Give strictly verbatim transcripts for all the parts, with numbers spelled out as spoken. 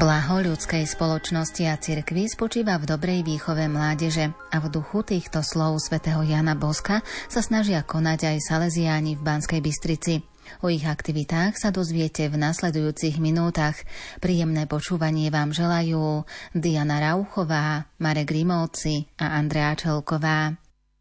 Blaho ľudskej spoločnosti a cirkvi spočíva v dobrej výchove mládeže a v duchu týchto slov svätého Jana Boska sa snažia konať aj Salesiáni v Banskej Bystrici. O ich aktivitách sa dozviete v nasledujúcich minútach. Príjemné počúvanie vám želajú Diana Rauchová, Marek Grimovci a Andrea Čelková.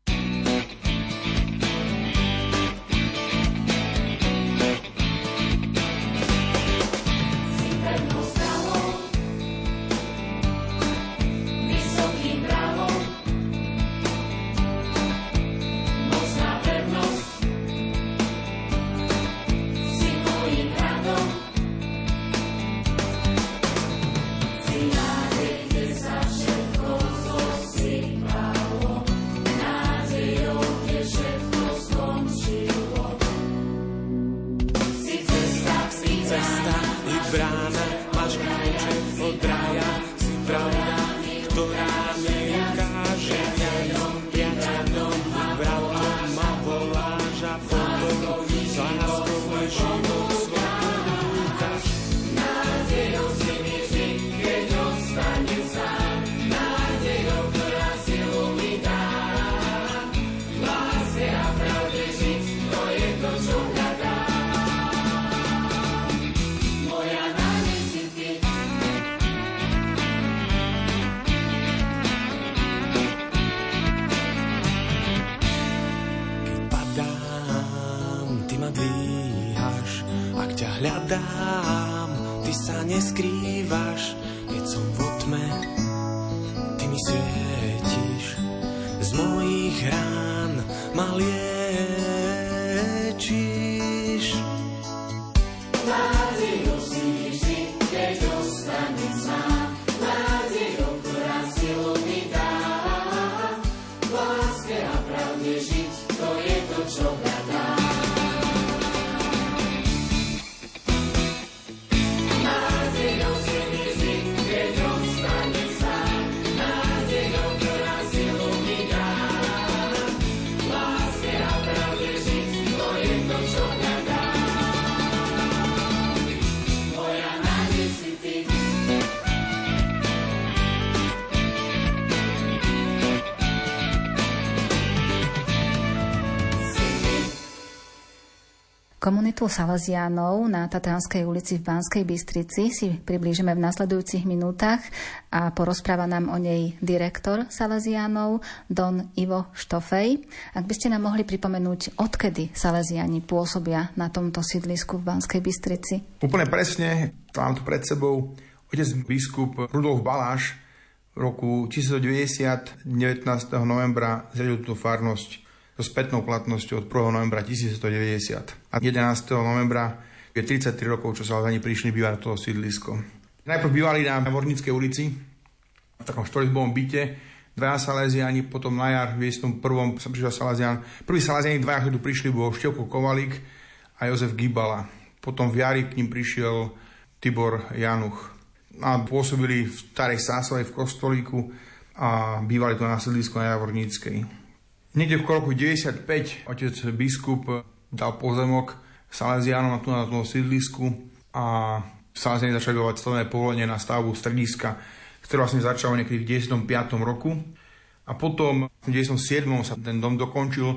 Hľadám, ty sa neskrývaš, keď som vo tme, ty mi svietíš, z mojich rán ma liečíš. Nádejou si mi vždy, keď ostanem sám, nádejou, ktorá silu mi dá, v láske a pravde žiť, to je to, čo hľadám. Komunitu Salesiánov na Tatranskej ulici v Banskej Bystrici si priblížime v nasledujúcich minútach a porozpráva nám o nej direktor Salesiánov Don Ivo Štofej. Ak by ste nám mohli pripomenúť, odkedy Salesiáni pôsobia na tomto sídlisku v Banskej Bystrici? Úplne presne, mám tu pred sebou otec biskup Rudolf Baláš v roku tisícstodeväťdesiat, devätnásteho novembra zriadil túto farnosť so spätnou platnosťou od prvého novembra tisícstodeväťdesiat. A jedenásteho novembra je tridsaťtri rokov, čo Salesiáni prišli bývať na toho sídlisko. Najprv bývali na Vorníckej ulici, v takom štvorizbovom byte, dvaja Salesiáni, potom na jar v deväťdesiatom prvom sa prišiel Salesián. Prví Salesiáni dvaja, ktorí tu prišli, bol Števko Kovalík a Jozef Gibala. Potom v jari k ním prišiel Tibor Januch. A pôsobili v Starej Sásovej v kostolíku a bývali tu na sídlisku na Javorníckej. Niekde v roku deväťdesiatpäť otec biskup dal pozemok Salesiánom na tú na tom sídlisku a Salesiáni začali dávať stavebné povolenie na stavbu strediska, ktoré vlastne začalo niekedy v deväťdesiatom piatom roku. A potom v deväťdesiatom siedmom sa ten dom dokončil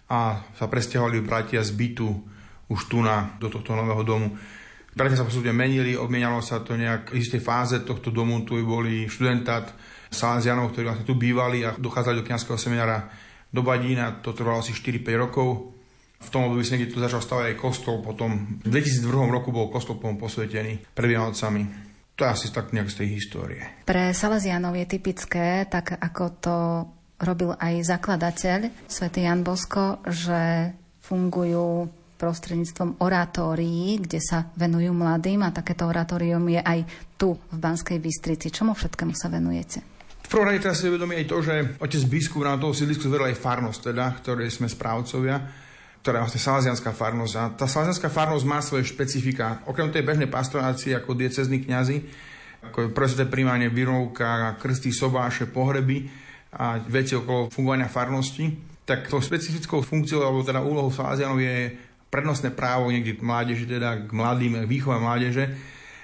a sa presťahovali bratia z bytu už tu na, do tohto nového domu. Bratia sa postupne menili, obmienialo sa to nejak v istej fáze tohto domu. Tu boli študentát Salesiánov, ktorí vlastne tu bývali a dochádzali do kňazského seminára do Badína, to trvalo asi štyri päť rokov. V tom období sa niekde tu začal stavať aj kostol, potom v dvetisícdva roku bol kostol posvetený pred Vianocami. To je asi tak nejak z tej histórie. Pre Salesiánov je typické, tak ako to robil aj zakladateľ svätý Jan Bosko, že fungujú prostredníctvom oratórií, kde sa venujú mladým a takéto oratórium je aj tu v Banskej Bystrici. Čomu všetkému sa venujete? V prvom rade teraz si uvedomí aj to, že otec biskup na toho sídlisku zveril aj farnosť, teda, ktorej sme správcovia, ktorá je vlastne salesianská farnosť. A tá salesianská farnosť má svoje špecifika. Okrem tej bežnej pastorácie ako diecézni kňazi, ako prvé príjmanie virovka, krsty, sobáše, pohreby a veci okolo fungovania farnosti, tak tou špecifickou funkciou alebo teda úlohou Salesiánov je prednostné právo niekde k mládeži, teda k mladým, k výchove mládeže.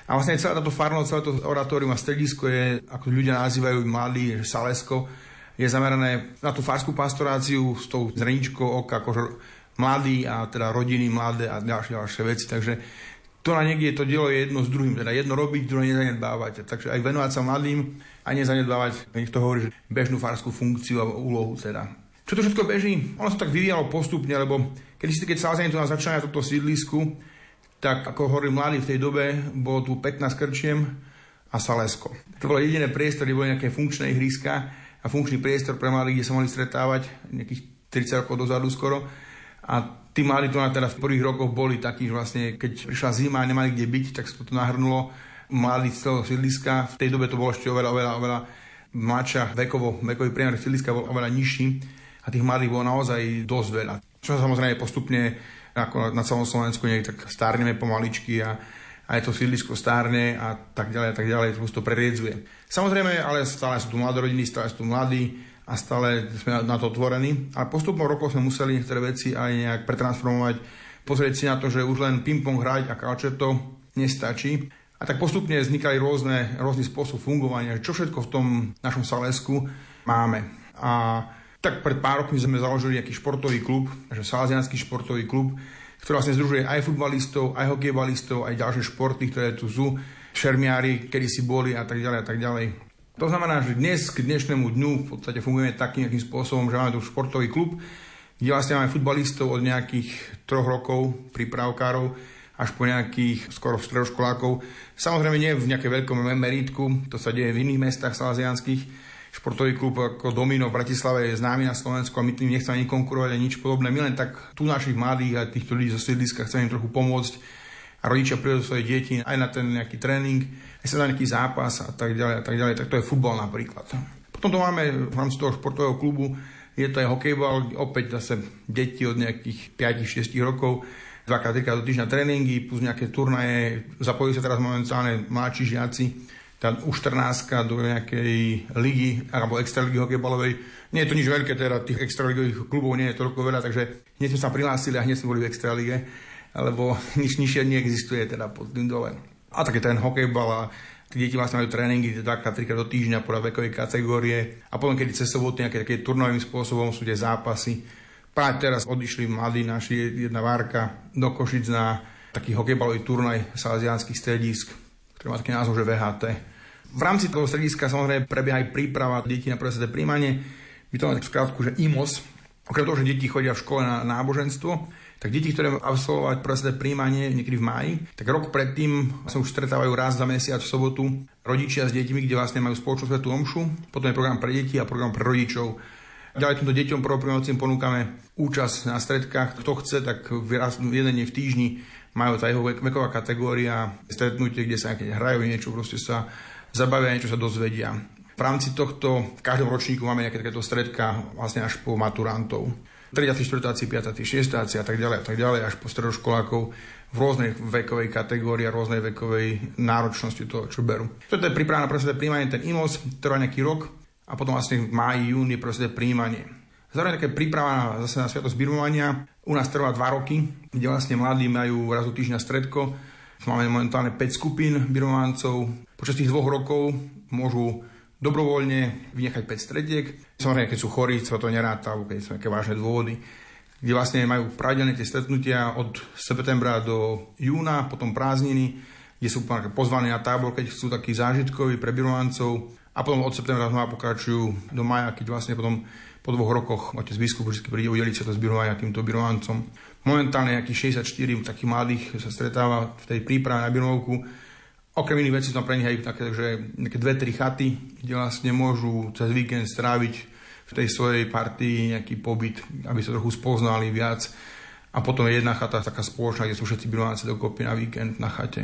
A vlastne celá táto farnosť, celé to oratórium a stredisko je, ako ľudia nazývajú mladí, Salesko, je zamerané na tú farskú pastoráciu s tou zreničkou oka, akože mladí a teda rodiny mladé a ďalšie, ďalšie veci. Takže to na niekde to dielo je jedno s druhým, teda jedno robiť, druhé nezanedbávať. Takže aj venovať sa mladým a nezanedbávať, nech to hovorí, že bežnú farskú funkciu a úlohu teda. Čo to všetko beží? Ono sa tak vyvíjalo postupne, lebo keď si keď Salesiani tu nás začali na toto sídlisku, tak ako hovorí mladí v tej dobe, bolo tu pätnásť krčiem a Salesko. To bolo jediné priestor, kde boli nejaké funkčné ihriska a funkčný priestor pre mladých, kde sa mohli stretávať nejakých tridsať rokov dozadu skoro. A tí mladí tu na teda v prvých rokoch boli takí, že vlastne keď prišla zima a nemali kde byť, tak sa to nahrnulo mladí z celého sídliska. V tej dobe to bolo ešte oveľa, oveľa, oveľa mladšia vekovo, vekový priemer sídliska bol oveľa nižší a tých mladých bolo naozaj dosť veľa. Čo samozrejme postupne ako na celom Slovensku niekde tak stárneme pomaličky a aj to sídlisko stárne a tak ďalej a tak ďalej, to preriedzuje. Samozrejme, ale stále sú tu mladé rodiny, stále sú tu mladí a stále sme na to otvorení. Ale postupom rokov sme museli niektoré veci aj nejak pretransformovať, pozrieť si na to, že už len ping-pong hrať a kalčeto nestačí. A tak postupne vznikali rôzne, rôzny spôsob fungovania, čo všetko v tom našom Salesku máme. A tak pred pár rokmi sme založili nejaký športový klub, že Salesiansky športový klub, ktorý vlastne združuje aj futbalistov, aj hokejbalistov, aj ďalšie športy, ktoré tu sú, šermiári, kedysi boli a tak ďalej a tak ďalej. To znamená, že dnes k dnešnému dňu v podstate fungujeme takým nejakým spôsobom, že máme tu športový klub, kde vlastne máme futbalistov od nejakých troch rokov, prípravkárov, až po nejakých skoro stredoškolákov. Samozrejme nie v nejakej veľkom merítku, to sa deje v iných mestách salesianských. Športový klub ako Domino v Bratislave je známy na Slovensku a my tým nechceme ani konkurovať ani nič podobné. My len tak tu našich mladých a týchto ľudí zo sídliska chceme im trochu pomôcť a rodičia prídu svoje deti aj na ten nejaký tréning, aj sa na nejaký zápas a tak ďalej a tak ďalej. Tak to je futbal napríklad. Potom to máme v rámci toho športového klubu, je to aj hokejbal, opäť zase deti od nejakých päť šesť rokov, dvakrát, trikrát do týždňa tréningy, plus nejaké turnaje, zapojí sa teraz momentálne mladší žiaci, tá U štrnásť do nejakej ligy alebo extraligy hokejbalovej. Nie je to nič veľké, teda tých extraligových klubov nie je toľko veľa, takže hneď sme sa prihlásili a hneď sme boli v extralige, lebo nič nižšie neexistuje teda pod tým dole. A také ten hokejbal a tí deti vlastne majú tréningy dvakrát, trikrát do týždňa podľa vekovej kategórie a potom keď cez soboty nejaké také turnajovým spôsobom sú tie zápasy. Práve teraz odišli mladí naši jedna várka do Košic na taký hokejbalový turnaj salesianskych stredisk, ktorý má taký názov, že V H T. V rámci toho strediska samozrejme prebieha aj príprava detí na prvé sveté prijímanie. My to máme tak skrátku, že I M O S. Okrem toho, že deti chodia v škole na náboženstvo, tak deti, ktoré absolvovať prvé sveté prijímanie niekedy v máji, tak rok predtým sa už stretávajú raz za mesiac v sobotu rodičia s deťmi, kde vlastne majú spoločnú svätú omšu, potom je program pre deti a program pre rodičov. Ďalej týmto deťom prvoprijímacím ponúkame účasť na stredkách. Kto chce, tak jeden deň v týždni majú tá jeho veková kategória, stretnutie, kde sa hrajú niečo, proste sa zabavia, niečo sa dozvedia. V rámci tohto v každom ročníku máme nejaké takéto stredka vlastne až po maturantov. triedsiaty štvrtáci, piaty šiestáci a tak ďalej a tak ďalej až po stredoškolákov v rôznej vekovej kategórii a rôznej vekovej náročnosti toho, čo berú. Toto je príprava na prvé sveté prijímanie, ten I M O S, trvá nejaký rok a potom vlastne v máji, júni prvé sveté prijímanie. Zároveň také príprava zase na sviatosť birmovania u nás trvá dva roky, kde vlastne mladí majú raz do týždňa stredko. Máme momentálne päť skupín birmovancov. Počas tých dvoch rokov môžu dobrovoľne vynechať päť strediek. Samozrejme, keď sú chorí, sa to neráta, alebo keď sú nejaké vážne dôvody, kde vlastne majú pravidelne tie stretnutia od septembra do júna, potom prázdniny, kde sú pozvaní na tábor, keď chcú taký zážitkový pre birmovancov. A potom od septembra znova pokračujú do maja, keď vlastne potom po dvoch rokoch otec biskup vždy príde udeliť sa to zbirovania týmto birmovancom. Momentálne nejakých šesťdesiatštyri takých mladých sa stretáva v tej príprave na birmovku. Okrem iných vecí tam pre nich aj také, že nejaké dve, tri chaty, kde vlastne môžu cez víkend stráviť v tej svojej partii nejaký pobyt, aby sa trochu spoznali viac. A potom je jedna chata taká spoločná, kde sú všetci birmovanci dokopy na víkend na chate.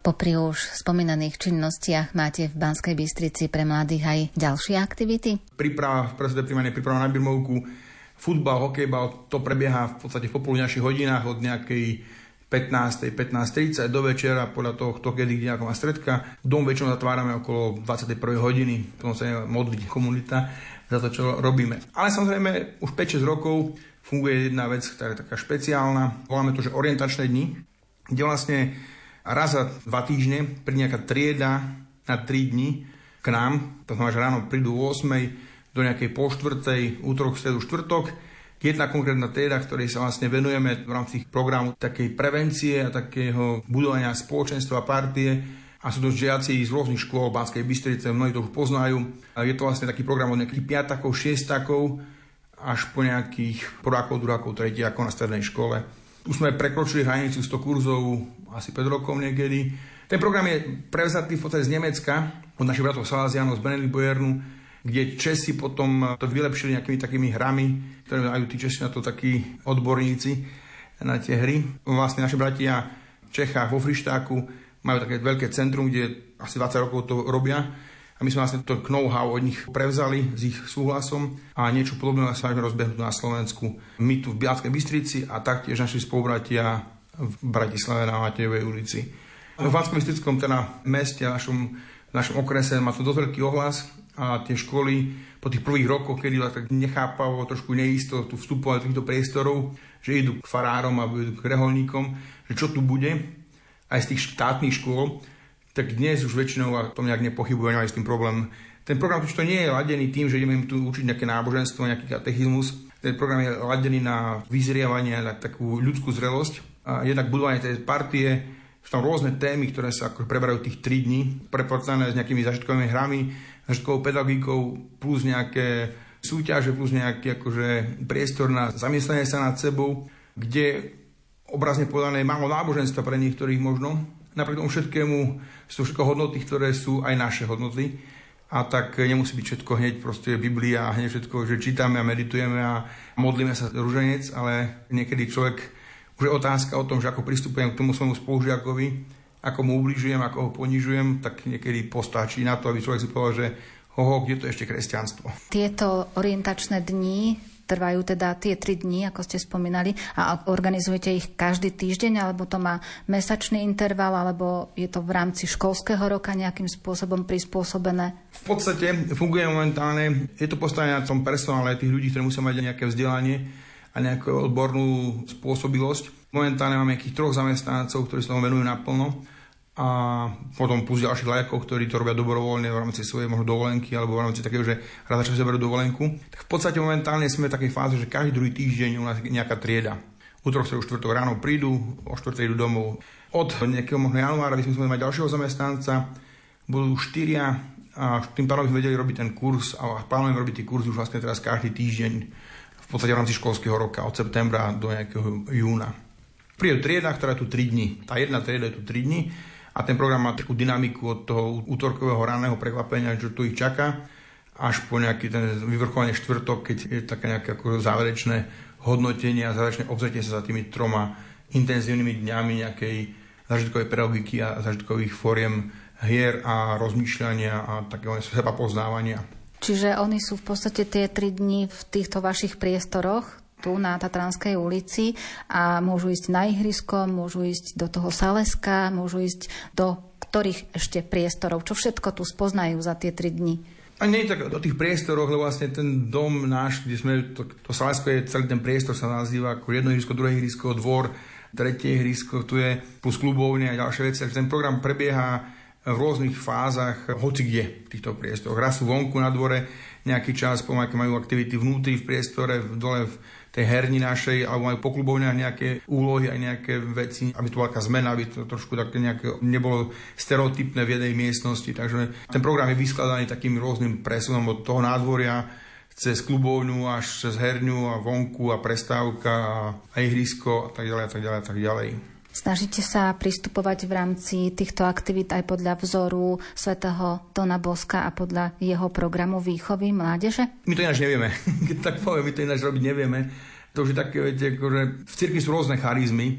Popri už spomínaných činnostiach máte v Banskej Bystrici pre mladých aj ďalšie aktivity? Príprava, v presede príjmanie príprava na birmovku, futbal, hokejbal, to prebieha v podstate v popoludňajších hodinách od nejakej pätnástej, pätnásť tridsať do večera, podľa toho, kto kedy, kde, ako má stredka. Dom väčšinou zatvárame okolo dvadsiatej prvej hodiny, potom sa modlí komunita za to, čo robíme. Ale samozrejme, už päť šesť rokov funguje jedna vec, ktorá je taká špeciálna. Voláme to, že orientačné dni, kde vlastne raz za dva týždne príde nejaká trieda na tri dni k nám. To znamená, že ráno prídu o ôsmej do nejakej pol štvrtej, útorok, stredu, štvrtok. Jedna konkrétna trieda, ktorej sa vlastne venujeme v rámci programu takej prevencie a takého budovania spoločenstva a partie. A sú to žiaci z rôznych škôl Banskej Bystrice, mnohí to už poznajú. A je to vlastne taký program od nejakých piatakov, šiestakov až po nejakých prvákov, druhákov, tretiakov na strednej škole. Už sme prekročili hranicu sto kurzov asi päť rokov niekedy. Ten program je prevzatý v podstate z Nemecka od našich bratov Salesianov z Benedikt-Bayernu, kde Česi potom to vylepšili nejakými takými hrami, ktoré majú tí Česi na to takí odborníci na tie hry. Vlastne naši bratia v Čechách vo Frištáku majú také veľké centrum, kde asi dvadsať rokov to robia. A my sme vlastne to know-how od nich prevzali s ich súhlasom a niečo podobné sa môžeme rozbehnúť na Slovensku. My tu v Banskej Bystrici a taktiež naši spolubratia v Bratislave na Matejovej ulici. V Banskom Bystrickom teda meste, v našom, v našom okrese má to dosť veľký ohlas a tie školy po tých prvých rokoch, kedy tak nechápavo, trošku neisto tu vstupovali do týchto priestorov, že idú k farárom a idú k reholníkom, že čo tu bude, aj z tých štátnych škôl, tak dnes už väčšinou a tom nejak nepochybujú, aj s tým problém. Ten program to nie je ladený tým, že ideme im tu učiť nejaké náboženstvo, nejaký katechizmus. Ten program je ladený na vyzrievanie, na takú ľudskú zrelosť a jednak budovanie tej partie. Sú tam rôzne témy, ktoré sa ako preberajú tých tri dní, preporcané s nejakými zažitkovými hrami, zažitkovou pedagogikou, plus nejaké súťaže, plus nejaký akože priestor na zamyslenie sa nad sebou, kde obrazne povedané málo náboženstva pre niektorých možno. Napriek tomu všetkému sú všetko hodnoty, ktoré sú aj naše hodnoty. A tak nemusí byť všetko hneď proste Biblia a hneď všetko, že čítame a meditujeme a modlíme sa ruženec, ale niekedy človek, už je otázka o tom, že ako pristupujem k tomu svojmu spolužiakovi, ako mu ubližujem, ako ho ponižujem, tak niekedy postačí na to, aby človek si povedal, že hoho, kde to ešte kresťanstvo. Tieto orientačné dni trvajú teda tie tri dni, ako ste spomínali, a organizujete ich každý týždeň, alebo to má mesačný interval, alebo je to v rámci školského roka nejakým spôsobom prispôsobené? V podstate funguje momentálne, je to postavené na tom personále tých ľudí, ktorí musia mať nejaké vzdelanie a nejakú odbornú spôsobilosť. Momentálne máme nejakých troch zamestnancov, ktorí sa tomu venujú naplno. A potom plus ďalších lajkov, ktorí to robia dobrovoľne v rámci svojej možno dovolenky alebo v rámci takého, že raz za čas berú dovolenku. Tak v podstate momentálne sme v takej fáze, že každý druhý týždeň u nás nejaká trieda. Útorok, stredu, štvrtok ráno prídu, o štvrtej idú domov. Od nejakého možno januára by sme mať ďalšieho zamestnanca, budú štyria a tým pádom sme vedeli robiť ten kurz a plánujeme robiť tie kurzy už vlastne teraz každý týždeň v podstate v rámci školského roka od septembra do nejakého júna. Príde trieda, ktorá je tu tri dni. Tá jedna trieda je tu tri dni. A ten program má takú dynamiku od toho útorkového ranného prekvapenia, čo tu ich čaká, až po nejaký ten vyvrcholenie štvrtok, keď je také nejaké ako záverečné hodnotenie a záverečné obzretie sa za tými troma intenzívnymi dňami nejakej zážitkovej pedagogiky a zážitkových fóriem hier a rozmýšľania a takého seba poznávania. Čiže oni sú v podstate tie tri dni v týchto vašich priestoroch, tu na Tatranskej ulici a môžu ísť na ihrisko, môžu ísť do toho Saleska, môžu ísť do ktorých ešte priestorov, čo všetko tu spoznajú za tie tri dni. A nie je tak do tých priestoroch, lebo vlastne ten dom náš, kde sme, to, to Salesko je celý ten priestor, sa nazýva ako jedno ihrisko, druhé ihrisko, dvor, tretie ihrisko, tu je plus klubovne a ďalšie veci. Ten program prebieha v rôznych fázach, hoci kde v týchto priestoroch. Raz sú vonku na dvore, nejaký čas, pomaly majú aktivity vnútri v priestore, dole v tej herni našej, alebo majú po klubovniach nejaké úlohy aj nejaké veci, aby to bola taká zmena, aby to trošku také nejaké nebolo stereotypné v jednej miestnosti. Takže ten program je vyskladaný takým rôznym presunom od toho nádvoria cez klubovňu až cez herňu a vonku a prestávka a ihrisko a tak ďalej a tak ďalej a tak ďalej. Snažíte sa pristupovať v rámci týchto aktivít aj podľa vzoru svätého Dona Boska a podľa jeho programu výchovy mládeže? My to ináč nevieme. Keď tak poviem, my to ináč robiť nevieme. To už je také, viete, akože v cirkvi sú rôzne charizmy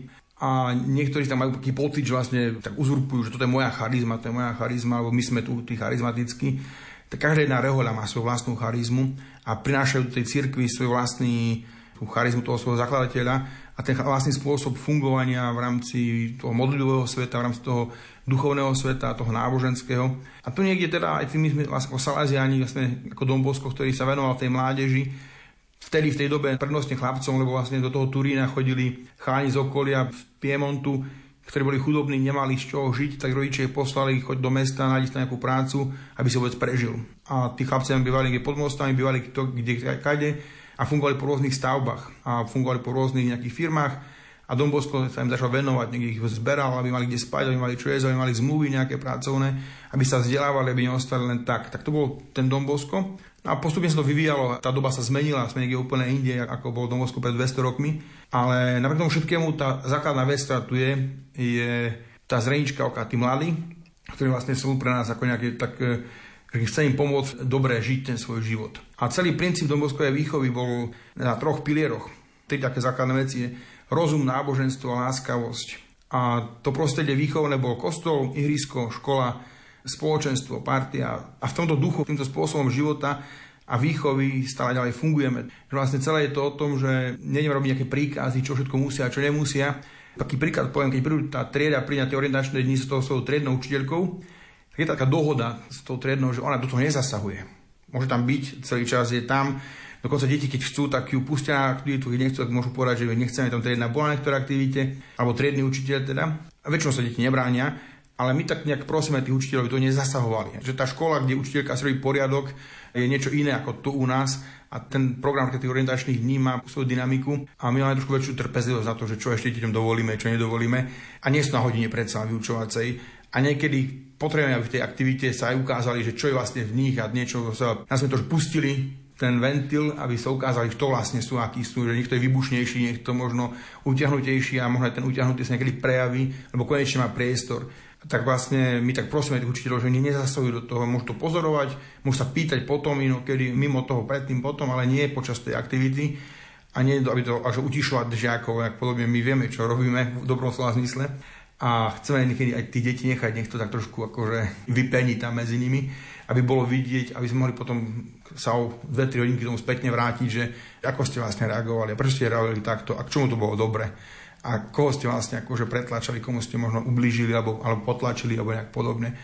a niektorí tam majú taký pocit, že vlastne tak uzurpujú, že toto je moja charizma, to je moja charizma, alebo my sme tu tí charizmatickí. Tak každá jedna rehoľa má svoju vlastnú charizmu a prinášajú do tej cirkvi svoj vlastný charizmu toho svojho zakladateľa a ten vlastný spôsob fungovania v rámci toho modlivého sveta, v rámci toho duchovného sveta, toho náboženského. A tu niekde teda aj tými sme vlastne ako Salaziani, vlastne ako Don Bosco, ktorý sa venoval tej mládeži, vtedy v tej dobe prednostne chlapcom, lebo vlastne do toho Turína chodili chalani z okolia z Piemontu, ktorí boli chudobní, nemali z čoho žiť, tak rodičia poslali choď do mesta, nájsť nejakú prácu, aby si vôbec prežil. A tí chlapci bývali kde pod mostami, bývali kde kade a fungovali po rôznych stavbách a fungovali po rôznych nejakých firmách a Don Bosco sa im začal venovať, niekde ich zberal, aby mali kde spať, aby mali čo jesť, aby mali zmluvy nejaké pracovné, aby sa vzdelávali, aby neostali len tak. Tak to bol ten Don Bosco. A postupne sa to vyvíjalo, tá doba sa zmenila, sme niekde úplne inde, ako bol Don Bosco pred dvesto rokmi, ale napriek tomu všetkému tá základná vec, ktorá tu je, je tá zrenička oka, tí mladí, ktorí vlastne sú pre nás ako nejaké tak, že chce im pomôcť dobre žiť ten svoj život. A celý princíp Don Boscovej výchovy bol na troch pilieroch. Tri také základné veci je rozum, náboženstvo a láskavosť. A to prostredie výchovné bol kostol, ihrisko, škola, spoločenstvo, partia. A v tomto duchu, týmto spôsobom života a výchovy stále ďalej fungujeme. Že vlastne celé je to o tom, že nejdeme robiť nejaké príkazy, čo všetko musia a čo nemusia. Taký príklad poviem, keď prídu tá trieda, príde na tie orientačné dni s tou svojou triednou učiteľkou, tak je taká dohoda s tou triednou, že ona do toho nezasahuje. Môže tam byť, celý čas je tam. Dokonca deti, keď chcú, tak ju pustia na aktivitu, keď nechcú, tak môžu povedať, že nechceme tam triedna bola na niektoré aktivite, alebo triedny učiteľ teda. A väčšinou sa deti nebránia, ale my tak nejak prosíme tých učiteľov, aby to nezasahovali. Že tá škola, kde učiteľka si robí poriadok, je niečo iné ako tu u nás a ten program tých orientačných dní má svoju dynamiku a my máme trošku väčšiu trpezlivosť na to, že čo ešte deťom dovolíme, čo nedovolíme a nie sú na hodine predsa vyučovacej a niekedy potrebujeme, aby v tej aktivite sa aj ukázali, že čo je vlastne v nich a niečo sa nás sme to už pustili ten ventil, aby sa ukázali, kto vlastne sú, akí sú, že niekto je vybušnejší, niekto možno utiahnutejší a možno aj ten utiahnutý sa niekedy prejaví, lebo konečne má priestor. Tak vlastne my tak prosíme tých učiteľov, že oni nezasahujú do toho, môžu to pozorovať, môžu sa pýtať potom inokedy, mimo toho, predtým, potom, ale nie počas tej aktivity a nie, aby to až utišovať žiakov, ak podobne my vieme, čo robíme v dobrom slova zmysle a chceme niekedy aj tých detí nechať, nech to tak trošku akože vypeniť tam medzi nimi, aby bolo vidieť, aby sme mohli potom sa o dve tri hodinky tomu spätne vrátiť, že ako ste vlastne reagovali a prečo ste reagovali takto a k čomu to bolo dobre. A koho ste vlastne akože pretlačali, komu ste možno ublížili alebo, alebo potlačili alebo nejak podobne.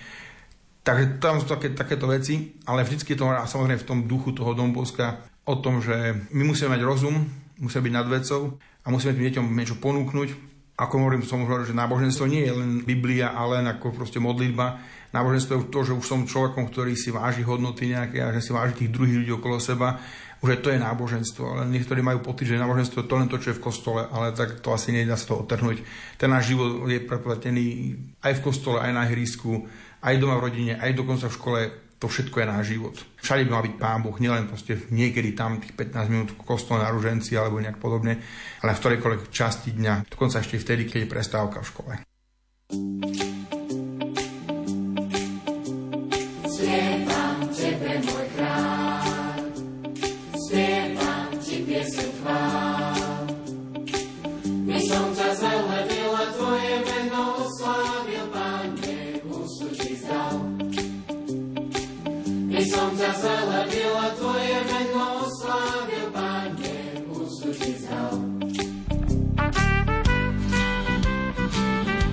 Takže tam sú také, takéto veci, ale vždycky je to samozrejme v tom duchu toho Don Bosca o tom, že my musíme mať rozum, musíme byť nad vecou a musíme tým deťom niečo ponúknuť. Ako hovorím, som hovoril, že náboženstvo nie je len Biblia a len ako proste modlitba. Náboženstvo je to, že už som človekom, ktorý si váži hodnoty nejaké a že si váži tých druhých ľudí okolo seba. Už aj to je náboženstvo, ale niektorí majú pocit, že náboženstvo je to len to, čo je v kostole, ale tak to asi nedá sa to odtrhnúť. Ten náš život je prepletený aj v kostole, aj na ihrisku, aj doma v rodine, aj dokonca v škole. To všetko je náš život. Všade by mal byť Pán Boh, nielen proste niekedy tam tých pätnásť minút v kostole na ruženci alebo nejak podobne, ale v ktorejkoľvek časti dňa, dokonca ešte vtedy, keď je prestávka v škole. Spievam tebe, môj kráľ, spievam ti pieseň chvál. My som ťa zveledil a tvoje meno oslávil, Pane, ústu ti zdal. My som ťa zveledil a tvoje meno oslávil, Pane, ústu ti zdal.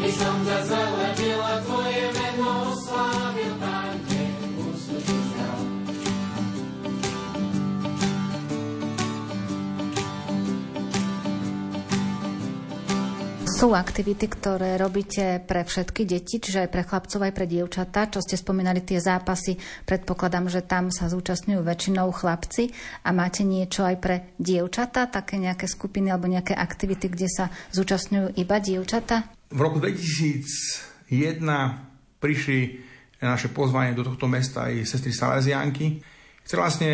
by som ťa zalebil a tvoje meno oslávil, Pán, kde ústu ti zdal. Sú aktivity, ktoré robíte pre všetky deti, čiže aj pre chlapcov, aj pre dievčatá. Čo ste spomínali, tie zápasy, predpokladám, že tam sa zúčastňujú väčšinou chlapci. A máte niečo aj pre dievčatá, také nejaké skupiny alebo nejaké aktivity, kde sa zúčastňujú iba dievčatá? V roku dvetisícjeden prišli na naše pozvanie do tohto mesta aj sestry Salesiánky, ktoré vlastne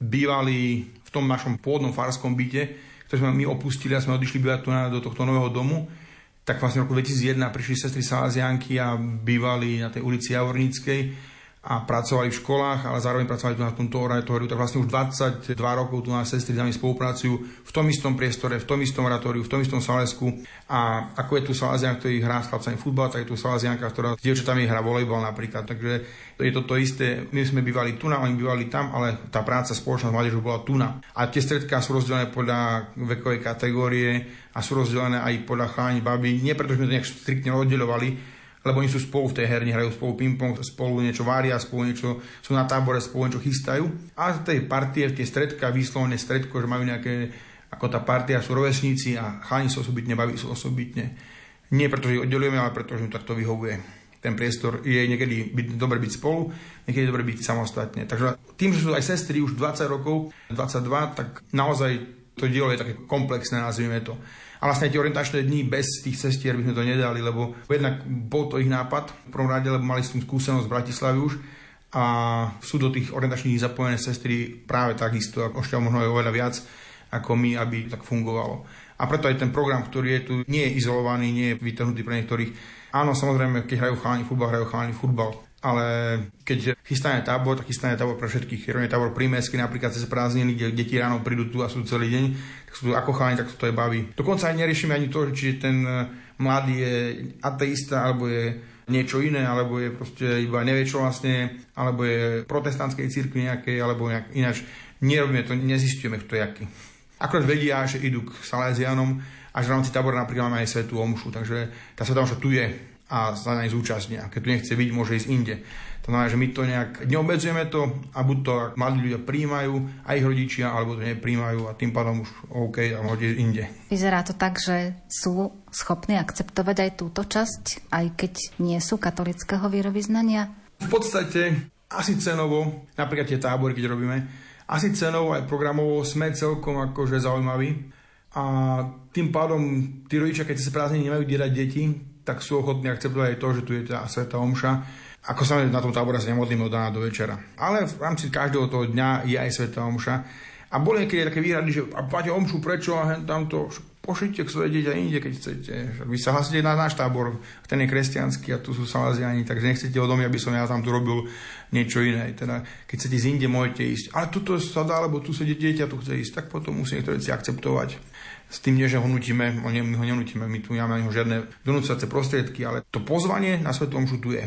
bývali v tom našom pôvodnom farskom byte, ktorý sme my opustili a sme odišli bývať tu na, do tohto nového domu. Tak vlastne v roku dvetisícjeden prišli sestry Salesiánky a bývali na tej ulici Javorníckej a pracovali v školách, ale zároveň pracovali tu na tomto oratóriu. Tak vlastne už dvadsaťdva rokov tu na sestry s nami spolupracujú v tom istom priestore, v tom istom oratóriu, v tom istom Salesku. A ako je tu Salesiánka, ktorý hrá s chlapcami futbal, tak je tu Salesiánka, ktorá s dievčatami hrá volejbal napríklad. Takže je to to isté. My sme bývali tu, oni bývali tam, ale tá práca spoločná s mládežou bola tu. A tie stredká sú rozdelené podľa vekovej kategórie a sú rozdelené aj podľa chláni, babi. Nie preto, že sme to nejak striktne oddeľovali, lebo oni sú spolu v tej herni, hrajú spolu ping-pong, spolu niečo vária, spolu niečo sú na tábore, spolu niečo chystajú. A z tej partie, tie stredka, výslovne stredko, že majú nejaké, ako tá partia, sú rovesníci a chalani sú osobitne, baví sú osobitne. Nie preto, že ich oddelujeme, ale preto, že im takto vyhovuje. Ten priestor je niekedy byť, dobre byť spolu, niekedy je dobre byť samostatne. Takže tým, že sú aj sestry už dvadsať rokov, dvadsaťdva, tak naozaj to dielo je také komplexné, nazvime to. A vlastne tie orientačné dni bez tých cestier by sme to nedali, lebo jednak bol to ich nápad v prvom rade, lebo mali s tým skúsenosť z Bratislavy už a sú do tých orientačných dní zapojené sestry práve takisto, ako ešte možno je oveľa viac ako my, aby tak fungovalo. A preto aj ten program, ktorý je tu, nie je izolovaný, nie je vytrhnutý pre niektorých. Áno, samozrejme, keď hrajú chalani futbal, hrajú chalani futbal. Ale keď chystane tábor, tak chystane tábor pre všetkých. Keď je tábor prímestský, napríklad cez prázdniny, kde deti ráno prídu tu a sú celý deň, tak sú tu ako chalani, tak to aj baví. Dokonca aj neriešime ani to, či ten mladý je ateista, alebo je niečo iné, alebo je proste iba nevie čo vlastne, alebo je protestantskej cirkvi nejakej, alebo nejak ináč. Nerobíme to, nezistujeme, kto je aký. Akorát vedia, že idú k Salesianom a že v rámci tábora napríklad máme aj svätú omšu, takže tá svätá omša tu je a sa na nej zúčastnia. Keď tu nechce byť, môže ísť inde. To znamená, že my to nejak neobmedzujeme to a buď to mladí ľudia prijímajú, aj ich rodičia, alebo to neprijímajú a tým pádom už OK a môže ísť inde. Vyzerá to tak, že sú schopní akceptovať aj túto časť, aj keď nie sú katolického vierovyznania? V podstate asi cenovo, napríklad tie tábory, keď robíme, asi cenovo aj programovo sme celkom akože zaujímaví a tým pádom tí rodičia, keď sa prázdniny nemajú kde dať deti, tak sú ochotní akceptovať aj to, že tu je tá svätá omša. Ako sa na tom tábore sa nemodlíme od rána do večera. Ale v rámci každého toho dňa je aj svätá omša. A boli niekedy také výhrady, že a máte omšu prečo a tam to pošlite k svoje dieťa inde, keď chcete. Vy sa hlasíte na náš tábor, ten je kresťanský a tu sú Salesiani, takže nechcete odo mňa, aby som ja tam tu robil niečo iné. Teda, keď chcete z inde, môžete ísť. Ale tuto sa dá, lebo tu sedí dieťa, tu chce ísť. Tak potom musí niektoré veci akceptovať. S tým nie, že ho nutíme, my ho nenutíme, my tu nemáme žiadne donúcacie prostriedky, ale to pozvanie na svätú omšu tu je.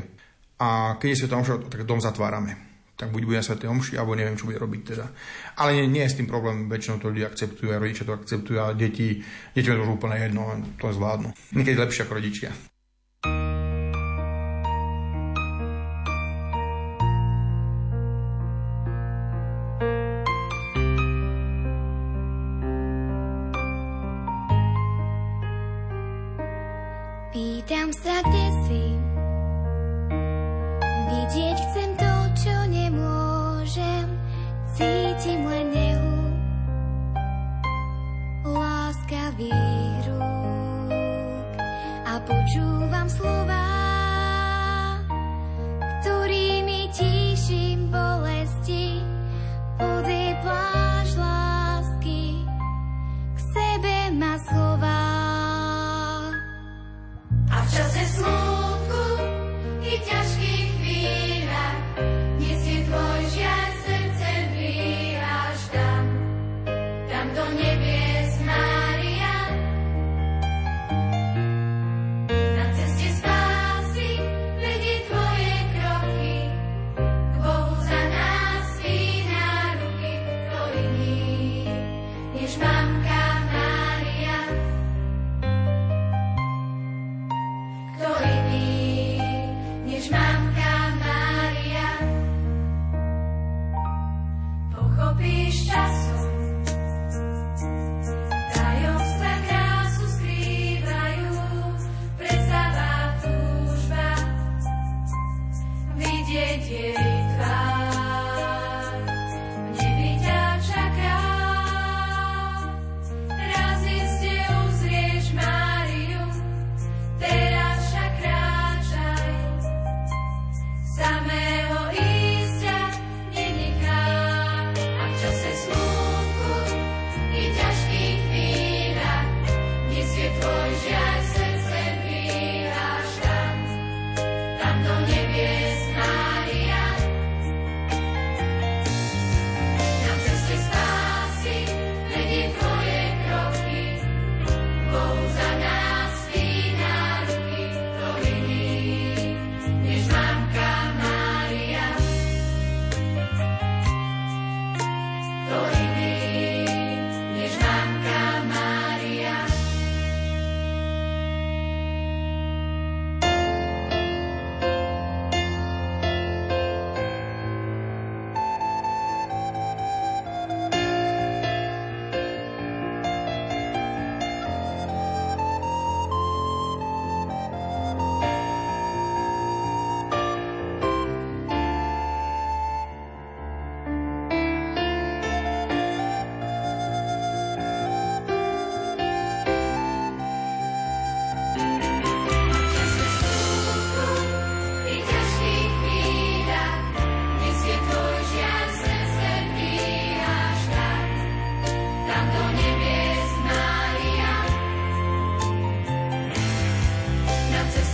A keď je svätá omša, tak dom zatvárame. Tak buď bude na svätej omši, alebo neviem, čo bude robiť teda. Ale nie, nie je s tým problém, väčšinou to ľudia akceptujú, a rodičia to akceptujú a deti, deťom je to už úplne jedno, to je zvládnu. Niekedy lepšie ako rodičia. Pýtam sa, kde si, vidieť chcem to, čo nemôžem, cítim len nehu láskavých rúk a počúvam slová, ktorými tíšim bolesti, pod jej plášť lásky k sebe ma schová. A v čase smútku i ťažkých chvíľach nesie tvoj žiaľ srdce dvíhaš tam, tam do nebies, Mária. Na ceste spáš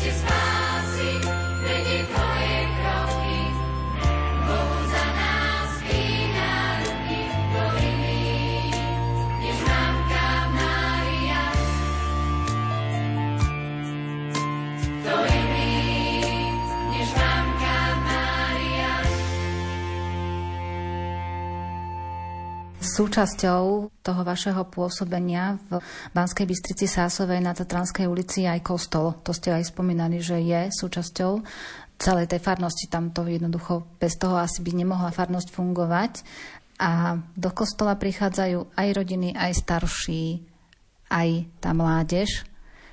Súčasťou toho vašeho pôsobenia v Banskej Bystrici Sásovej na Tatranskej ulici je aj kostol. To ste aj spomínali, že je súčasťou celej tej farnosti. Tam to jednoducho bez toho asi by nemohla farnosť fungovať. A do kostola prichádzajú aj rodiny, aj starší, aj tá mládež.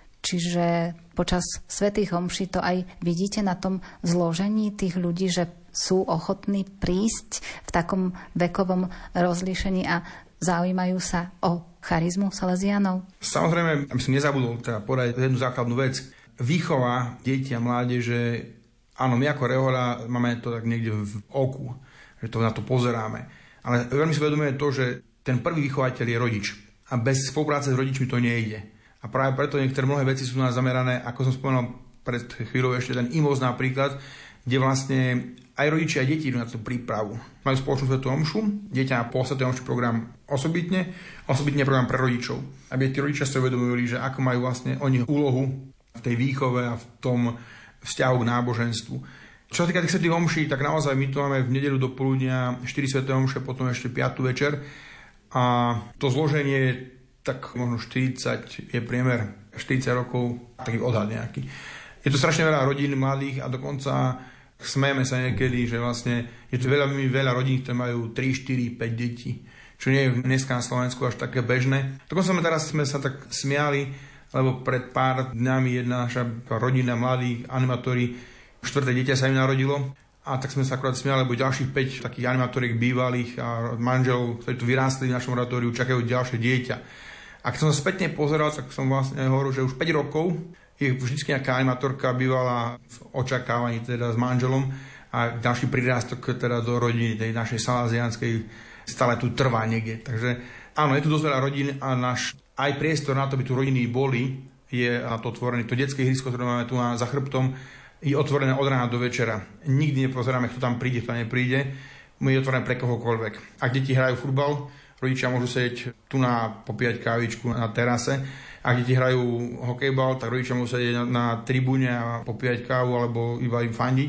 Čiže počas svätých omší to aj vidíte na tom zložení tých ľudí, že sú ochotní prísť v takom vekovom rozlíšení a zaujímajú sa o charizmu Salesiánov? Samozrejme, aby som nezabudol teda povedať jednu základnú vec. Výchova detí a mládeže, áno, my ako Rehoľa máme to tak niekde v oku, že to na to pozeráme. Ale veľmi si uvedomujeme to, že ten prvý vychovateľ je rodič. A bez spolupráce s rodičmi to nejde. A práve preto niektoré mnohé veci sú na nás zamerané, ako som spomenul pred chvíľou ešte ten Imoz napríklad, kde vlastne aj rodičia a deti idú na tú prípravu. Majú spoločnú svätú omšu, dieťa má po svätej omši program osobitne, osobitne program pre rodičov. Aby tí rodičia sa uvedomili, že ako majú vlastne oni úlohu v tej výchove a v tom vzťahu k náboženstvu. Čo sa týka tých svätých omší, tak naozaj my tu máme v nedeľu do poludnia štyri sväté omše, potom ešte piatu večer. A to zloženie tak možno štyridsať je priemer, štyridsať rokov, taký odhad nejaký. Je to strašne veľa rodín mladých a dokonca smejeme sa niekedy, že vlastne je tu veľa, veľa rodín, ktoré majú tri, štyri, päť detí, čo nie je dneska na Slovensku až také bežné. Dokonca sme teraz sme sa tak smiali, lebo pred pár dňami jedna naša rodina mladých animatóri, štvrté dieťa sa im narodilo a tak sme sa akorát smiali, lebo ďalších päť takých animatóriek bývalých a manželov, ktorí tu vyrástli v našom oratóriu, čakajú ďalšie dieťa. A keď som sa spätne pozeral, tak som vlastne hovoril, že už päť rokov je vždy nejaká animatorka bývala v očakávaní teda s manželom a ďalší prirástok teda do rodiny tej našej salesianskej stále tu trvá niekde. Takže áno, je tu dosť veľa rodín a náš aj priestor na to, aby tu rodiny boli, je na to otvorený. To detské ihrisko, ktoré máme tu za chrbtom, je otvorené od rána do večera. Nikdy nepozeráme, kto tam príde, kto nepríde. Je otvorené pre kohokoľvek. Ak deti hrajú futbal, rodičia môžu sedieť tu na popíjať kávičku na terase. Ak deti hrajú hokejbal, tak rodičia môžu sedieť na, na tribúne a popíjať kávu alebo iba im fandiť.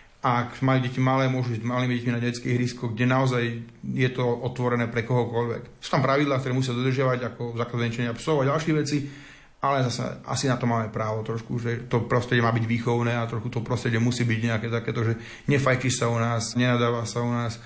Ak majú deti malé, môžu ísť malými deťmi na detské ihrisko, kde naozaj je to otvorené pre kohokoľvek. Sú tam pravidlá, ktoré musia dodržiavať, ako zákaz venčenia psov a ďalšie veci, ale zase asi na to máme právo trošku, že to prostredie má byť výchovné a trochu to prostredie musí byť nejaké takéto, že nefajčí sa u nás, nenadáva sa u nás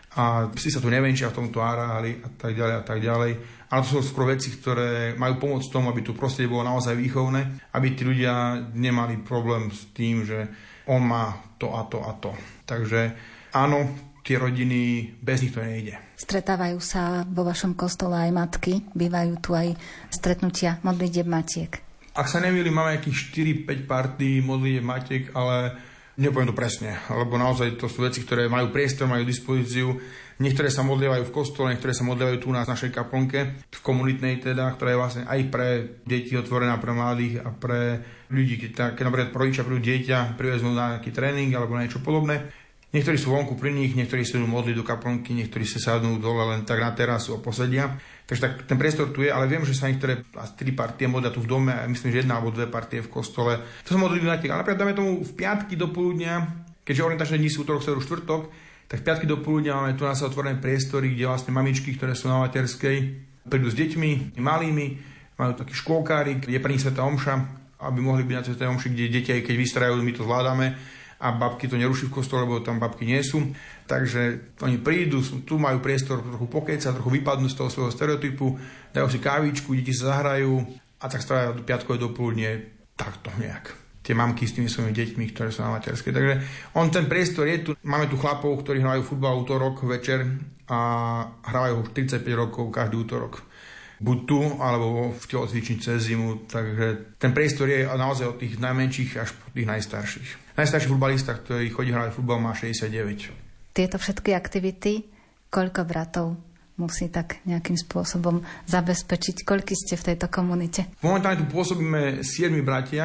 a si sa tu nevenčia v tomto areáli a tak ďalej a tak ďalej. Ale to sú skôr veci, ktoré majú pomôcť tomu, aby tu prostredie bolo naozaj výchovné, aby tí ľudia nemali problém s tým, že on má to a to a to. Takže áno, tie rodiny, bez nich to nejde. Stretávajú sa vo vašom kostole aj matky? Bývajú tu aj stretnutia modlitieb matiek? Ak sa nemýlim, máme nejakých štyri päť partí modlitieb matiek, ale nepoviem to presne, lebo naozaj to sú veci, ktoré majú priestor, majú dispozíciu. Niektoré sa modlievajú v kostole, niektoré sa modlievajú tu na našej kaplnke, v komunitnej teda, ktorá je vlastne aj pre deti otvorená, pre mladých a pre ľudí. Keď, keď napríklad rodičia prídu dieťa, privezmú na nejaký tréning alebo na niečo podobné. Niektorí sú vonku pri nich, niektorí sa idú modliť do kaplnky, niektorí sa sadnú dole len tak na terasu a posedia. Takže tak, ten priestor tu je, ale viem, že sa niektoré tri partie modlia tu v dome a myslím, že jedna alebo dve partie v kostole. To sa modlí na tých, ale napríklad dáme tomu v piatky do poludnia, keďže orientačné dni sú útorok, stredu, štvrtok, tak v piatky do poludnia máme tu nás otvorené priestory, kde vlastne mamičky, ktoré sú na materskej, prídu s deťmi, malými, majú taký škôlkárik, je pre nich svätá omša, aby mohli byť na svätej omši, kde deti, keď vystrajú, my to zvládame a babky to neruší v kostole, lebo tam babky nie sú. Takže oni prídu, tu majú priestor trochu pokecať, trochu vypadnú z toho svojho stereotypu, dajú si kávičku, deti sa zahrajú a tak strávia do piatkové dopoludne takto nejak. Tie mamky s tými svojimi deťmi, ktoré sú na materskej. Takže on ten priestor je tu. Máme tu chlapov, ktorí hrajú futbal útorok večer a hrajú ho tridsaťpäť rokov každý útorok. Buď tu, alebo v telocvični cez zimu. Takže ten priestor je naozaj od tých najmenších až po tých najstarších. Najstarší futbalista, ktorý chodí hrať futbal, má šesťdesiatdeväť. Tieto všetky aktivity, koľko bratov musí tak nejakým spôsobom zabezpečiť? Koľko ste v tejto komunite? Momentálne tu pôsobíme siedmi bratia.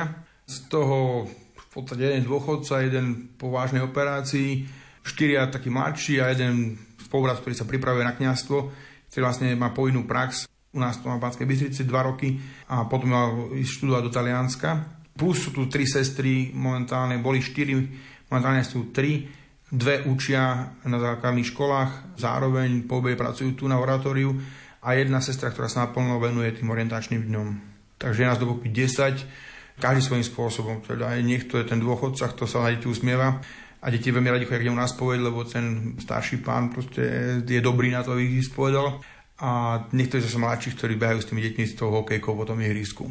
Z toho v podstate jeden dôchodca, jeden po vážnej operácii, štyria takí mladší a jeden spolubrat, ktorý sa pripravuje na kňazstvo, ktorý vlastne má povinnú prax u nás tu na Banskej Bystrici dva roky a potom mal ísť študovať do Talianska. Plus sú tu tri sestry, momentálne boli štyri, momentálne sú tri. Dve učia na základných školách, zároveň po obe pracujú tu na oratóriu a jedna sestra, ktorá sa naplno venuje tým orientačným dňom. Takže je nás dokopy desať, každý svojím spôsobom. Teda aj niekto je ten dôchodca, kto sa na deti usmieva a deti veľmi radi chodia k nemu na spoveď, lebo ten starší pán proste je dobrý na to, aby ich spovedal. A niektorí zase mladší, ktorí behajú s tými deťmi s tou hokejkou po tom ihrisku.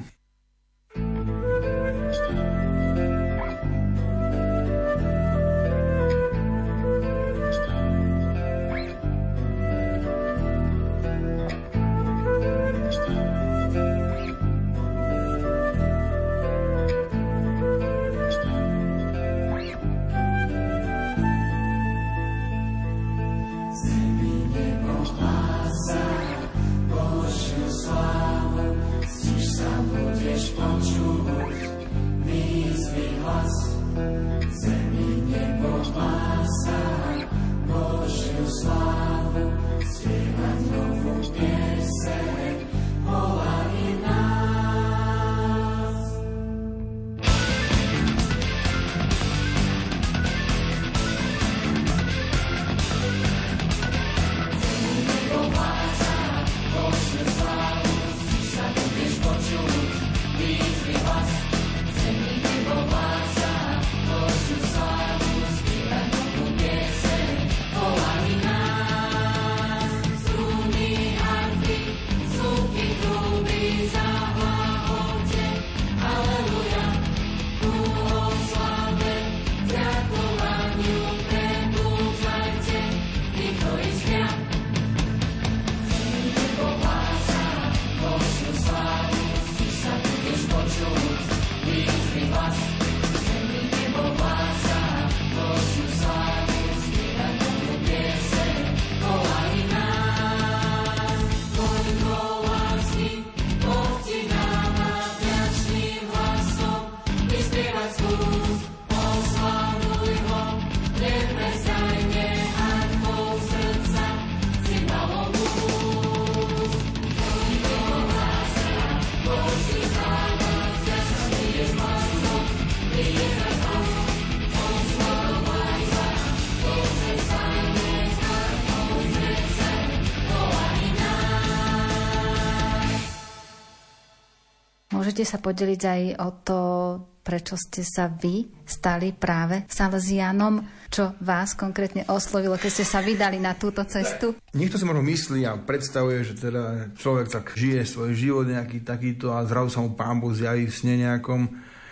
Môžete sa podeliť aj o to, prečo ste sa vy stali práve Salesiánom? Čo vás konkrétne oslovilo, keď ste sa vydali na túto cestu? Niekto si možno myslí a predstavuje, že teda človek tak žije svoj život nejaký takýto a zrazu sa mu Pán Boh zjaví v sne nejakom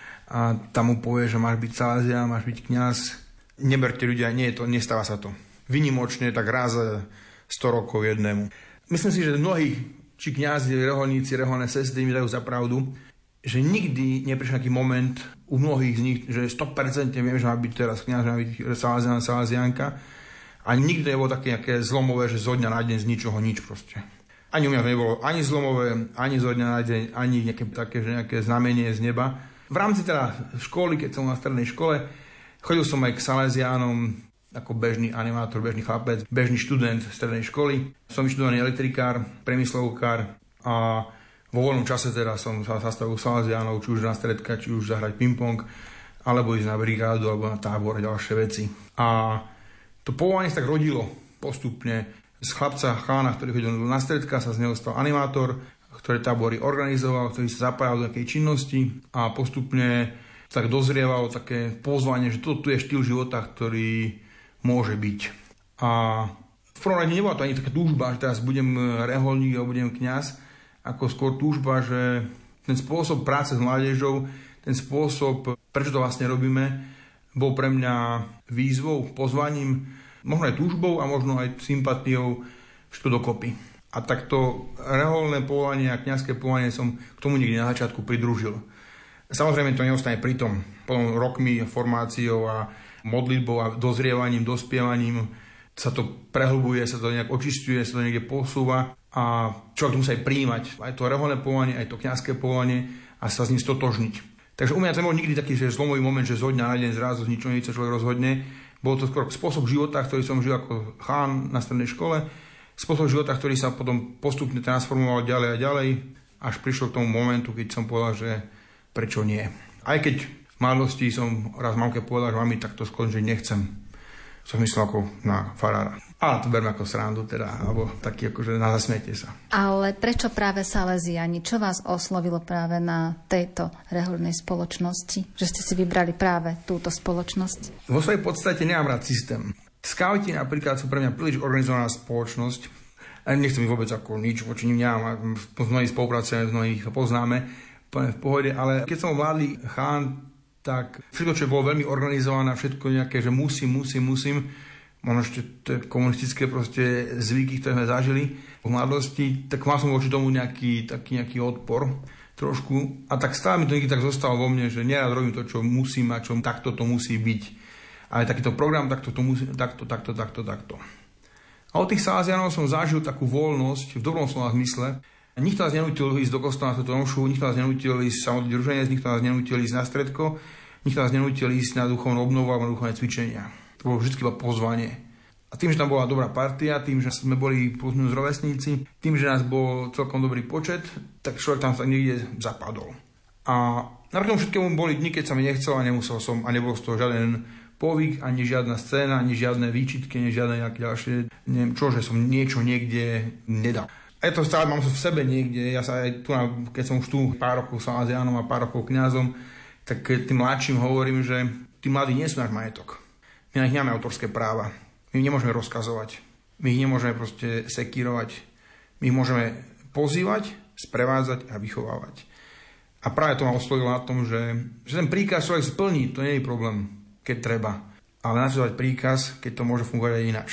a tam mu povie, že máš byť Salesián, máš byť kňaz. Neberte ľudia, nie, to, nestáva sa to. Vynimočne tak raz sto rokov jednému. Myslím si, že mnohí či kňazi, reholníci, reholné sestry mi dajú za pravdu, že nikdy neprišiel nejaký moment u mnohých z nich, že sto percent viem, že má byť teraz kňaz, že má byť Salesián, Salesiánka. A nikdy nebolo také nejaké zlomové, že zo dňa na deň z ničoho nič proste. Ani u mňa to nebolo ani zlomové, ani zo dňa na deň, ani nejaké také, že nejaké znamenie z neba. V rámci teda školy, keď som na strednej škole, chodil som aj k Salesiánom, ako bežný animátor, bežný chlapec, bežný študent strednej školy. Som vyštudovaný elektrikár, premyslovkár a vo voľnom čase teda som sa zastavil Salesiánov, či už na stredka, či už zahrať ping-pong, alebo ísť na brigádu, alebo na tábor a ďalšie veci. A to povolanie sa tak rodilo postupne. Z chlapca chalana, ktorý chodil na stredka, sa z neho stal animátor, ktorý tábory organizoval, ktorý sa zapájal do nejakej činnosti a postupne tak dozrievalo také pozvanie, že toto tu je štýl života, ktorý môže byť. A v prvom rade nebola to ani taká túžba, že teraz budem reholník a budem kňaz, ako skôr túžba, že ten spôsob práce s mládežou, ten spôsob, prečo to vlastne robíme, bol pre mňa výzvou, pozvaním, možno aj túžbou a možno aj sympatiou všetko dokopy. A takto reholné povolanie a kňazské povolanie som k tomu nikdy na začiatku pridružil. Samozrejme to neostane pri tom. Potom rokmi, formáciou a modlitbou a dozrievaním, dospievaním sa to prehlbuje, sa to nejak očisťuje, sa to niekde posúva a človek to musí aj prijímať. Aj to reholné povolanie, aj to kňazské povolanie a sa s ním stotožniť. Takže u mňa to nebol nikdy taký že zlomový moment, že zo dňa na deň zrazu z ničoho nič sa človek rozhodne. Bol to skôr spôsob života, ktorý som žil ako chán na strednej škole, spôsob života, ktorý sa potom postupne transformoval ďalej a ďalej, až prišiel k tomu momentu, keď som povedal, že prečo nie. Aj keď v mladosti som raz mamke povedal, že mami, tak to skončiť nechcem. Som myslel ako na farára. Ale to berme ako srandu teda, alebo taký akože na zasmiete sa. Ale prečo práve Salesiani? Čo vás oslovilo práve na tejto rehoľnej spoločnosti? Že ste si vybrali práve túto spoločnosť? Vo svojej podstate nemám rád systém. Skauti napríklad sú pre mňa príliš organizovaná spoločnosť. A nechcem ich vôbec ako nič, voči nim nemám. Z mnohých spolupracujeme, z mnohých poznáme, plne v pohode. Ale keď som mladý chán, tak všetko, čo bolo veľmi organizované, všetko nejaké, že musím, musím, musím, možno ešte tie komunistické proste zvyky, ktoré sme zažili v mladosti, tak mal som voči tomu nejaký, taký nejaký odpor trošku. A tak stále mi to niekedy tak zostalo vo mne, že nerad robím to, čo musím a čo takto to musí byť. Ale takýto program, takto to musí, takto, takto, takto, takto. A od tých Salesianov som zažil takú voľnosť, v dobrom slova zmysle. Nikto nás nenútil ísť do kostola na túto omšu, nikto nás nenútil ísť samotný druženec, nikto nás nenútil ísť na stredko, nikto nás nenútil ísť na duchovnú obnovu alebo na duchovné cvičenia. To bolo vždy iba pozvanie. A tým, že tam bola dobrá partia, tým, že sme boli plus minus rovesníci, tým, že nás bol celkom dobrý počet, tak človek tam sa niekde zapadol. A napriek tomu všetkému boli dni, keď sa mi nechcel a nemusel som, a nebol z toho žiaden povyk, ani žiadna scéna, ani žiadne výčitky, ani žiadne nejaké ďalšie, neviem čo, že som niečo niekde nedal. A ja to stále mám v sebe niekde, ja sa aj tu, keď som už tu pár rokov Salesianom a pár rokov kňazom, tak tým mladším hovorím, že tí mladí nie sú náš majetok. My na nich nemáme autorské práva. My ich nemôžeme rozkazovať. My ich nemôžeme proste sekírovať. My ich môžeme pozývať, sprevádzať a vychovávať. A práve to ma oslovilo na tom, že, že ten príkaz človek splní, to nie je problém, keď treba. Ale nasledovať príkaz, keď to môže fungovať aj ináč.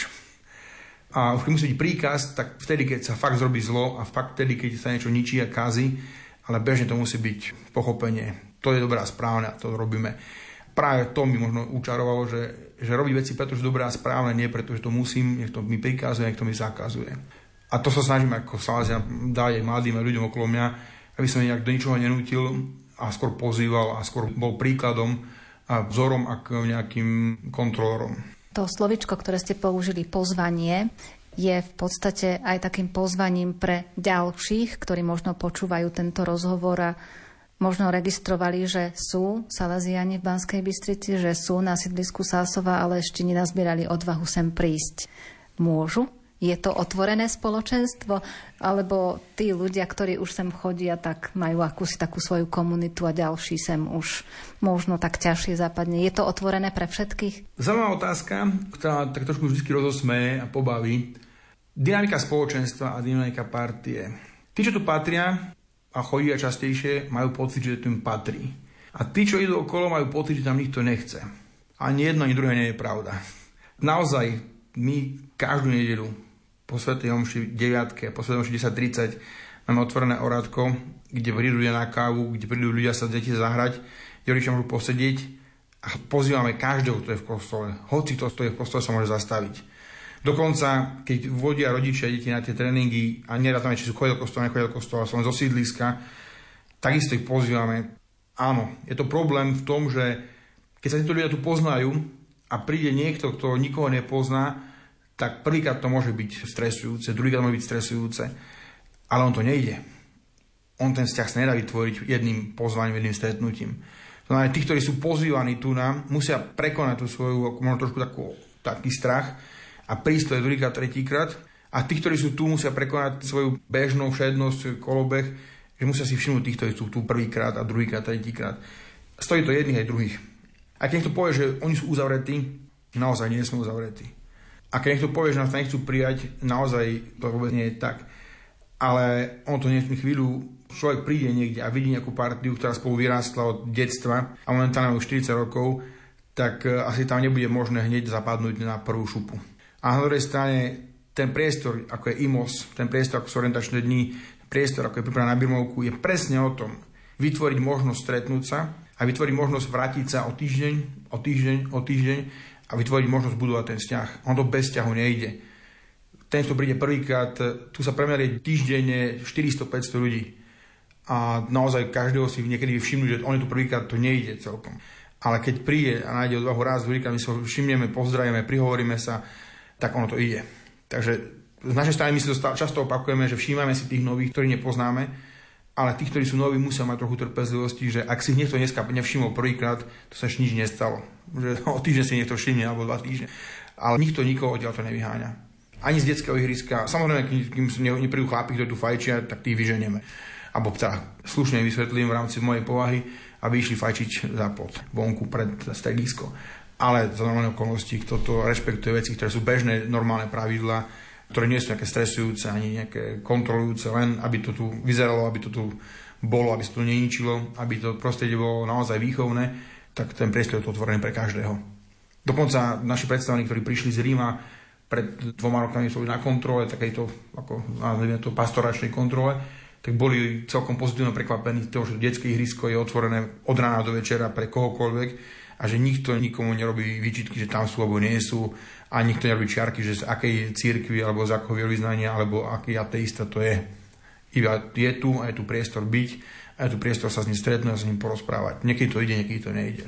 A už keď musí byť príkaz, tak vtedy, keď sa fakt zrobí zlo a fakt vtedy, keď sa niečo ničí a kazí, ale bežne to musí byť pochopenie. To je dobré a správne a to robíme. Práve to mi možno učarovalo, že, že robí veci preto, že dobré a správne, nie preto, že to musím, nech to mi prikazuje, nech to mi zakazuje. A to sa snažím ako Salesian dať aj mladým ľuďom okolo mňa, aby som nejak do ničoho nenútil a skôr pozýval a skôr bol príkladom a vzorom ako nejakým kontrolorom. To slovičko, ktoré ste použili, pozvanie, je v podstate aj takým pozvaním pre ďalších, ktorí možno počúvajú tento rozhovor a možno registrovali, že sú Salesiani v Banskej Bystrici, že sú na sídlisku Sásova, ale ešte nenazbierali odvahu sem prísť. Môžu? Je to otvorené spoločenstvo? Alebo tí ľudia, ktorí už sem chodia, tak majú akúsi takú svoju komunitu a ďalší sem už možno tak ťažšie zapadne. Je to otvorené pre všetkých? Zaujímavá otázka, ktorá tak trošku vždy rozosmeje a pobaví. Dynamika spoločenstva a dynamika partie. Tí, čo tu patria a chodia častejšie, majú pocit, že to im patrí. A tí, čo idú okolo, majú pocit, že tam nikto nechce. Ani jedno, ani druhé nie je pravda. Naozaj, my každú nedeľu po svätej omši deviatke, po svätej omši desať tridsať máme otvorené orátko, kde prídu ľudia na kávu, kde prídu ľudia sa deti zahrať, kde rodičia môžu posedieť a pozývame každého, kto je v kostole. Hoci to, kto je v kostole, sa môže zastaviť. Dokonca, keď vodia rodičia deti na tie tréningy a nerátame, či sú chodia do kostola, nechodia do kostola, sú len zo sídliska, takisto ich pozývame. Áno, je to problém v tom, že keď sa títo ľudia tu poznajú a príde niekto, kto nikoho nepozná, tak prvýkrát to môže byť stresujúce, druhýkrát môže byť stresujúce, ale on to nejde. On ten vzťah sa nedá vytvoriť jedným pozvaním, jedným stretnutím. To znamená, tí, ktorí sú pozývaní tu nám, musia prekonať tú svoju, možno trošku takú, taký strach a prísť to je druhýkrát, tretíkrát. A tí, ktorí sú tu, musia prekonať svoju bežnú všednosť, kolobeh, že musia si všimnúť tých, ktorí sú tu prvýkrát a druhýkrát, tretíkrát. Stojí to jedných aj druhých. A keď niekto povie, že oni sú uzavretí, naozaj nie sme uzavretí. A keď niekto povie, že nás nechcú prijať, naozaj to vôbec nie je tak. Ale on to nie chvíľu, človek príde niekde a vidí nejakú partiu, ktorá spolu vyrástla od detstva a momentálne už štyridsať rokov, tak asi tam nebude možné hneď zapadnúť na prvú šupu. A na druhej strane ten priestor, ako je I M O S, ten priestor, ako sú orientačné dni, priestor, ako je príprava na birmovku, je presne o tom vytvoriť možnosť stretnúť sa a vytvoriť možnosť vrátiť sa o týždeň, o týždeň, o týždeň a vytvoriť možnosť budovať ten vzťah. On to bez vzťahu nejde. Ten, kto príde prvýkrát, tu sa premerie týždenne štyristo päťsto ľudí. a naozaj každého si niekedy všimnú, že on je tu prvýkrát, to nejde celkom. Ale keď príde a nájde odvahu raz, druhýkrát, my sa všimneme, pozdravíme, prihovoríme sa, tak ono to ide. Takže z našej strany my si to často opakujeme, že všímame si tých nových, ktorí nepoznáme, ale tí, ktorí sú noví, musia mať trochu trpezlivosti, že ak si niekto dneska nevšimol prvýkrát, to sa ešte nič nestalo. Že o týždeň si niekto všimne, alebo dva týždne. Ale nikto nikoho odtiaľ to nevyháňa. Ani z detského ihriska. Samozrejme, kým neprídu chlapi, ktorí tu fajčia, tak tých vyženieme. Alebo teda slušne vysvetlím v rámci mojej povahy, aby išli fajčiť za pod, vonku pred stredisko. Ale za normálne okolnosti, kto to rešpektuje veci, ktoré sú bežné, normálne pravidlá, ktoré nie sú nejaké stresujúce, ani nejaké kontrolujúce, len aby to tu vyzeralo, aby to tu bolo, aby sa to neničilo, aby to prostredie bolo naozaj výchovné, tak ten priestor je to otvorený pre každého. Dokonca naši predstavení, ktorí prišli z Ríma pred dvoma rokami, sú na kontrole, takejto, ako nazvime to, pastoračnej kontrole, tak boli celkom pozitívne prekvapení z toho, že detské ihrisko je otvorené od rána do večera pre kohokoľvek a že nikto nikomu nerobí výčitky, že tam sú alebo nie sú a nikto nerobí čiarky, že z akej cirkvi alebo z akého vierovyznania alebo aký ateista to je. Iba je tu a je tu priestor byť a je tu priestor sa s ním stretnúť a s ním porozprávať. Niekedy to ide, niekedy to nejde.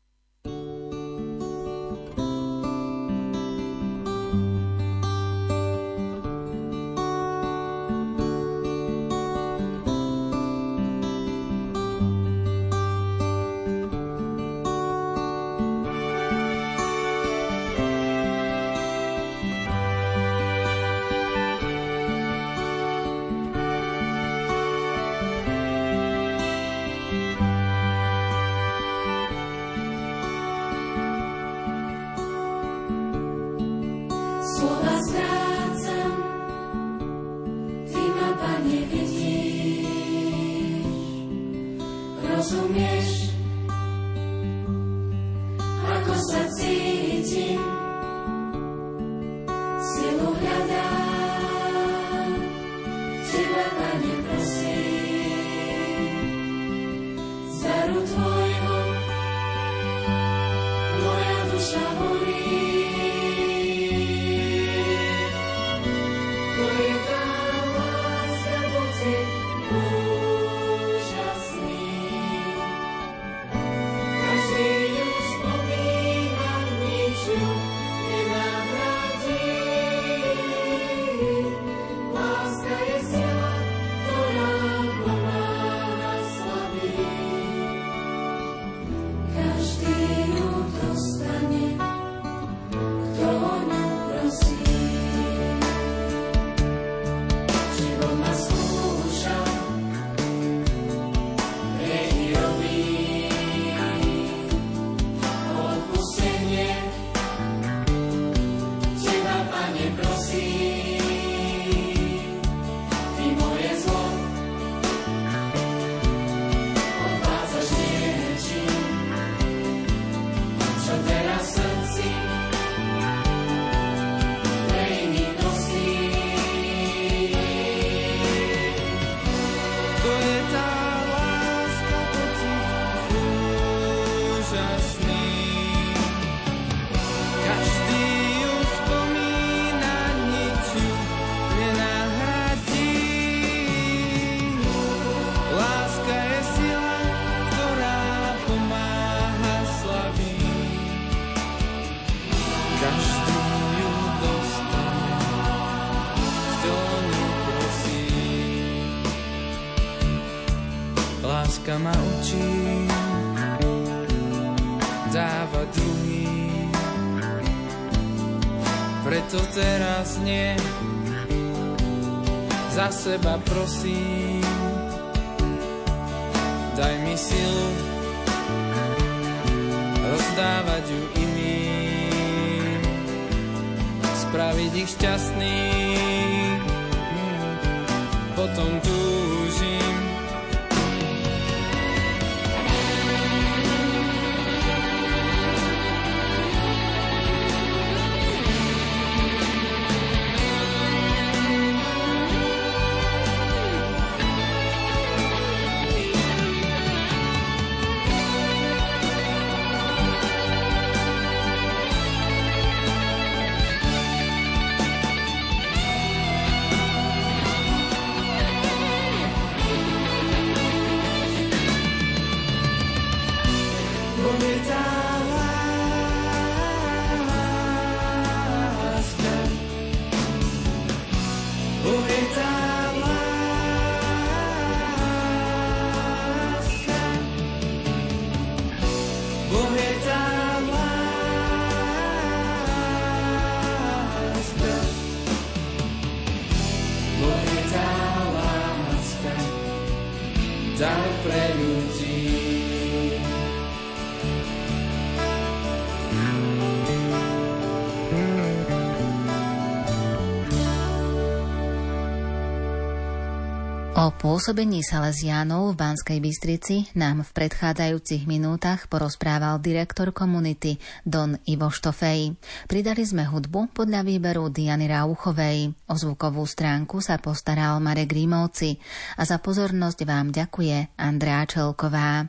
Láska ma učí dávať druhým, preto teraz nie, za seba prosím, daj mi silu rozdávať ju iným, spraviť ich šťastných, potom túžim. O pôsobení Salesiánov v Banskej Bystrici nám v predchádzajúcich minútach porozprával direktor komunity Don Ivo Štofej. Pridali sme hudbu podľa výberu Diany Rauchovej. O zvukovú stránku sa postaral Marek Rímovci a za pozornosť vám ďakuje Andrea Čelková.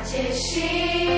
teší.